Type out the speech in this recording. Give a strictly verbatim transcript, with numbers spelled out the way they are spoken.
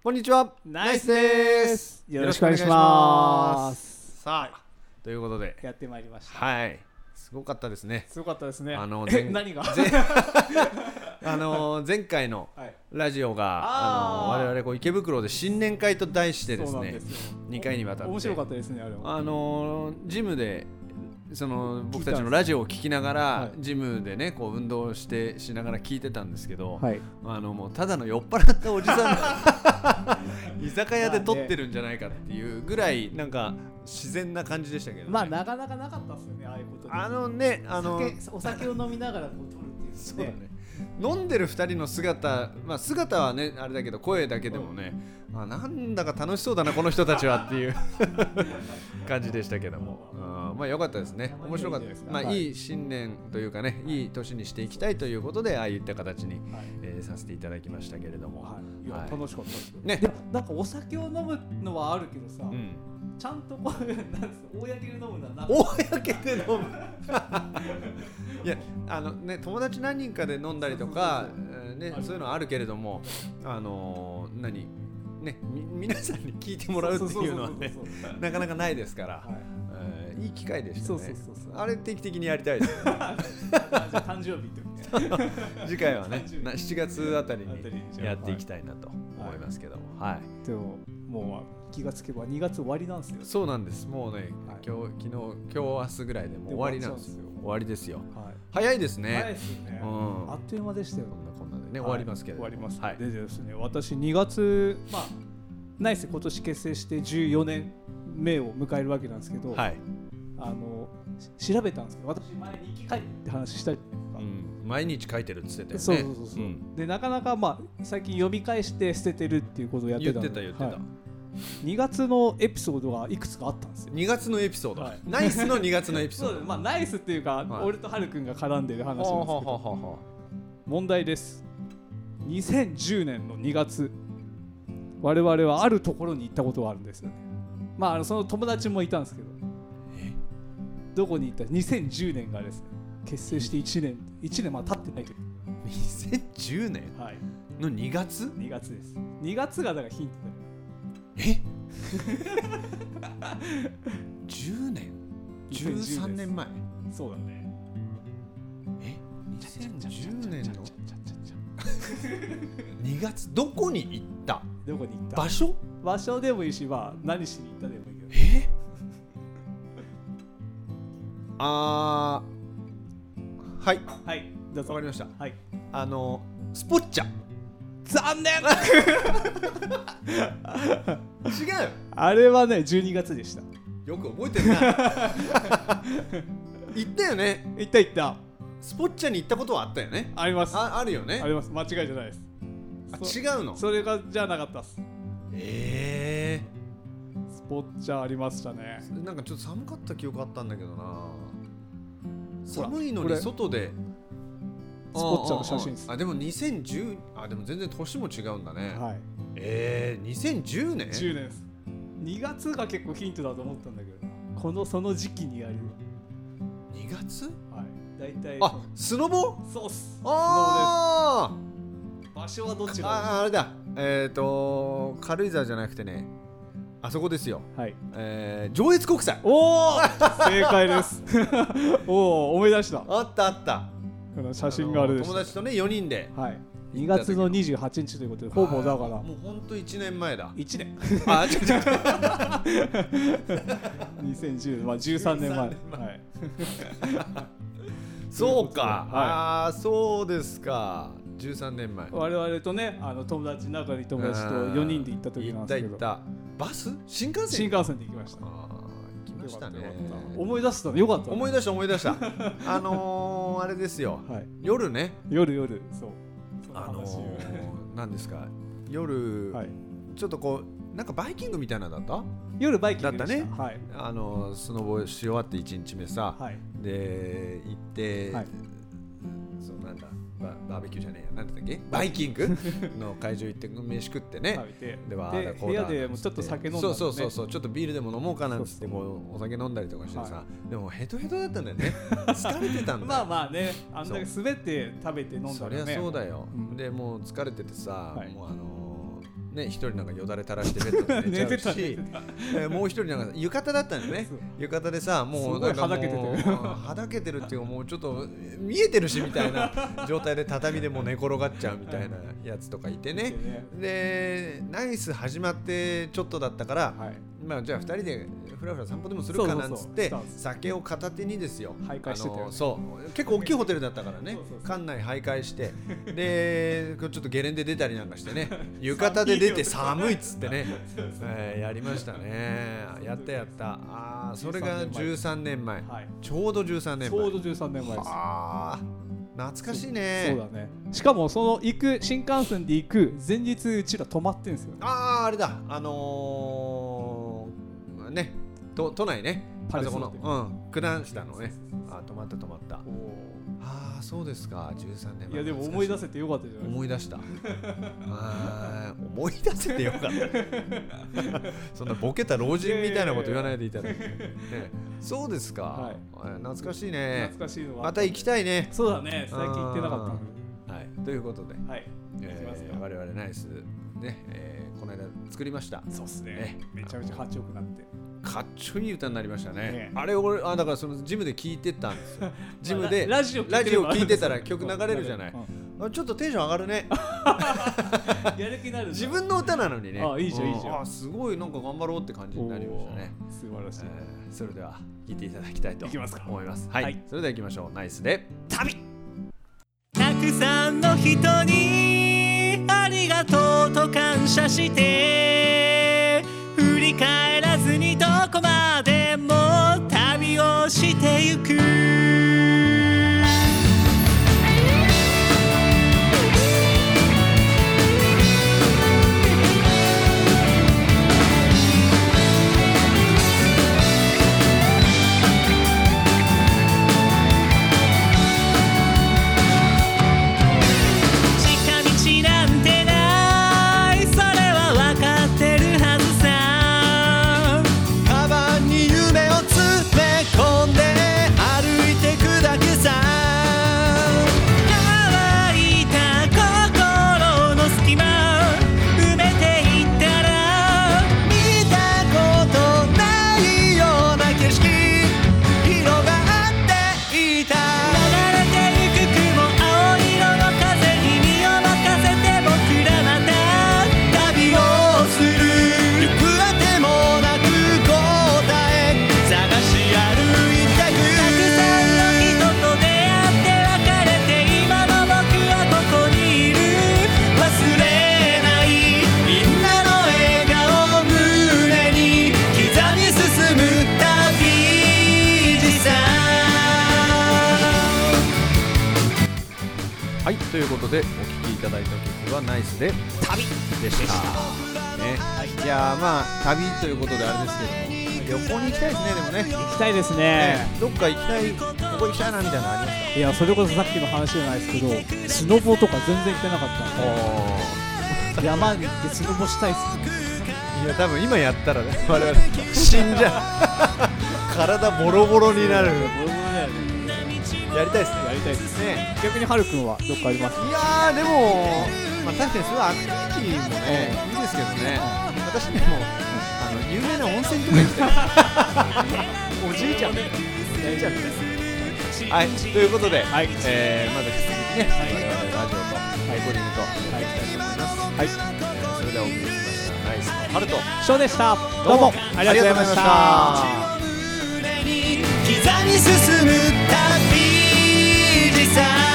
こんにちは、 ナイスです。よろしくお願いします。 さあ、ということでやってまいりました。 はい、すごかったですね。 すごかったですね。 あのえ何があの前回のラジオが、はい、あの我々こう池袋で新年会と題してですね、にかいにわたって面白かったですね。あれはあのジムでその僕たちのラジオを聞きながら、はい、ジムでねこう運動してしながら聞いてたんですけど、はい、あのもうただの酔っ払ったおじさんが居酒屋で撮ってるんじゃないかっていうぐらいなんか自然な感じでしたけど、ね、 まあなかなかなかったですよね、ああいうことで。 あのねあの酒お酒を飲みながらこう撮るっていう、ね、 そうだね。飲んでるふたりの姿、まあ、姿はねあれだけど声だけでもね、うん、あなんだか楽しそうだなこの人たちはっていう感じでしたけども、うん、まあ良かったですね。面白かったです。まあいい新年というかね、いい年にしていきたいということでああいった形に、はいえー、させていただきましたけれども、はい、いや、 はい、楽しかったですよね。 でなんかお酒を飲むのはあるけどさ、 うんちゃんとこうなんです公で飲むのはな公で飲むいやあのね友達何人かで飲んだりとかねそういうのはあるけれども、あのー、何ねみ皆さんに聞いてもらうっていうのはねなかなかないですから、はいえー、いい機会でしたね。そうそうそうそうあれ定期的にやりたいですね誕生日って次回はねしちがつあたりにやっていきたいなと思いますけども、はいはい、 でももう気がつけばにがつ終わりなんですよ。 そうなんです。もうね、はい、今日昨日今日明日ぐらいでもう終わりなんですよ。終わりですよ。はい、早いですね。 早いですよね、うん。あっという間でしたよ。 こんなこんなでね、はい、終わりますけど。 終わります。はい、でですね、私にがつまあナイス今年結成してじゅうよねんめを迎えるわけなんですけど、はい、あの調べたんですけど、私前に日記書いてって話したりとか、 うん、毎日書いてるって言ってたよね。 そうそうそうそう、うん、でなかなかまあ最近読み返して捨ててるっていうことをやってたので。 言ってた言ってた。はいにがつのエピソードがいくつかあったんですよ。 にがつのエピソード、はい、ナイスのにがつのエピソードそう、 まあ、ナイスっていうか、はい、俺とハルくんが絡んでる話なんですけど、はははは問題です。にせんじゅうねんのにがつ我々はあるところに行ったことがあるんですよね。まあ、あのその友達もいたんですけど、えどこに行ったにせんじゅうねんがですね結成していちねんいちねんまあ経ってないというにせんじゅうねん、はい、のにがつにがつです。にがつがだからヒントだよ。 えじゅうねんじゅうさんねんまえ。 そうだね。 えにせんじゅうねんのにがつどこに行った？ どこに行った？ 場所？ 場所でもいいし、まあ何しに行ったでもいいけど。 えあーはいはいどうぞ。 わかりました。 はいあのスポッチャ。 残念違う。 あれはねじゅうにがつでした。 よく覚えてるな行ったよね。 行った行った。 スポッチャに行ったことはあったよね。 あります。 あ, あるよね。 あります。間違いじゃないです。 あ違うの。 それがじゃなかったっす。 えー、スポッチャありましたね。 なんかちょっと寒かった記憶あったんだけどな。寒いのに外でスポッチャの写真です。 あでもにせんじゅうあでも全然年も違うんだね。 はい。 えー、にせんじゅうねん？ じゅうねんです。にがつが結構ヒントだと思ったんだけど、このその時期にやる。 にがつ？ はい。だいたいあスノボ？ そうっす。 ああ。 場所はどちら？ ああれだ。えっ、ー、と軽井沢じゃなくてね。あそこですよ。はい。えー、上越国際。 おお正解です。おお思い出した。 あったあった。 この写真があるでしょ。 友達とねよにんで、 はい、にがつのにじゅうはちにちということでほぼだからもうほんといちねんまえだ。 いちねんあ違う違うにせんじゅう、まあ、じゅうさんねんまえ、はい、 そうか、はい、ああそうですか。じゅうさんねんまえ我々とねあの友達仲いい友達とよにんで行った時なんですけど。 行った行ったバス新幹線新幹線で行きました。 ましたね。 思い出したのよかった、ね、 思い出した思い出したあのー、あれですよ、はい、夜ね夜夜そうあのー、何ですか夜、はい、ちょっとこうなんかバイキングみたいなのだった夜バイキングでしただったね、はい、あのー、スノボし終わっていちにちめさ、はい、で行って、はい、そうなんだバ, バーベキューじゃねえやなんだっけバイキングの会場行って飯食ってねではで部屋でもちょっと酒飲んだ、ね、 そうそうそうちょっとビールでも飲もうかなんつってこうお酒飲んだりとかしてさ、はい、でもヘトヘトだったんだよね疲れてたんだよまあまあねあんだけ滑って食べて飲んだらねそりゃそうだよ、うん、でもう疲れててさ、はい、もうあのーね、一人なんかよだれ垂らしてベッドで寝ちゃうしえー、もう一人なんか浴衣だったんだよね。浴衣でさ、もうなんかもうはだけててはだけてるっていうか、もうちょっと見えてるしみたいな状態で畳でもう寝転がっちゃうみたいなやつとかいてね。でナイス始まってちょっとだったから、はい、まあじゃあふたりでふらふら散歩でもするかなんつって酒を片手にですよ、 徘徊してたよね。 そう結構大きいホテルだったからね、館内徘徊してでちょっとゲレンデ出たりなんかしてね、浴衣で出て寒いっつってねえー、やりましたね。やったやった。あそれがじゅうさんねんまえ、はい、ちょうどじゅうさんねんまえ、 ちょうどじゅうさんねんまえです。 あ懐かしいね。 そうだね。しかもその行く新幹線で行く前日うちら泊まってんですよ。 あああれだ、あのー、ね都都内ね、 パレスあそこの、うん、九段下のね、あ泊まった泊まった。ああそうですか、じゅうさんねんまえ。 いやでも思い出せてよかったじゃない。 思い出したあ思い出せてよかったそんなボケた老人みたいなこと言わないでいただいて、ね、そうですか、はい、懐かしいね。 懐かしいのはまた行きたいね。 そうだね、最近行ってなかった。 はい、ということで、 はいえー、我々ナイスね、えー、この間作りました。 そうっすね、ねめちゃめちゃかっちよくなってかっちょいい歌になりましたね。ねあれ俺あだからそのジムで聴いてたんですよ。ジムでラジオ聴いてたら曲流れるじゃない。あちょっとテンション上がるね。 やる気になる。 自分の歌なのにね。 あいいじゃんいいじゃん。 あすごいなんか頑張ろうって感じになりましたね。 素晴らしい、 えー。それでは聴いていただきたいと思います。 いきますはい、はい。それでは行きましょう。ナイスで旅。 たくさんの人にありがとうと感謝して振り返らずにどこまでも旅をしてゆくということでお聴きいただいた曲はナイスで旅でしたね。いやまあ旅ということであれですけども、旅行に行きたいですね。でもね行きたいですね。ねどっか行きたい、ここ行きたいなみたいなのありますか？ いやそれこそさっきの話じゃないですけど、スノボとか全然行ってなかったんで山に行ってスノボしたいっすね。 いや多分今やったらね我々死んじゃう体ボロボロになる。やりたいですね。 やりたいですね。逆にはるくんはどっかあります？ いやーでも、まあ、確かにそういうアクティビティもね、いいですけどね、私でもあの有名な温泉とか行きたいおじいちゃんみたいな、おじいちゃんみたいな。はい、ということで、はいえー、まだ引き続きね、はい、我々ラジオとレコーディングとやっていきたいと思います。はい、えー、それではお送りしましたナイスのハルトショーでした。どうもありがとうございました。 刻み進む旅路さ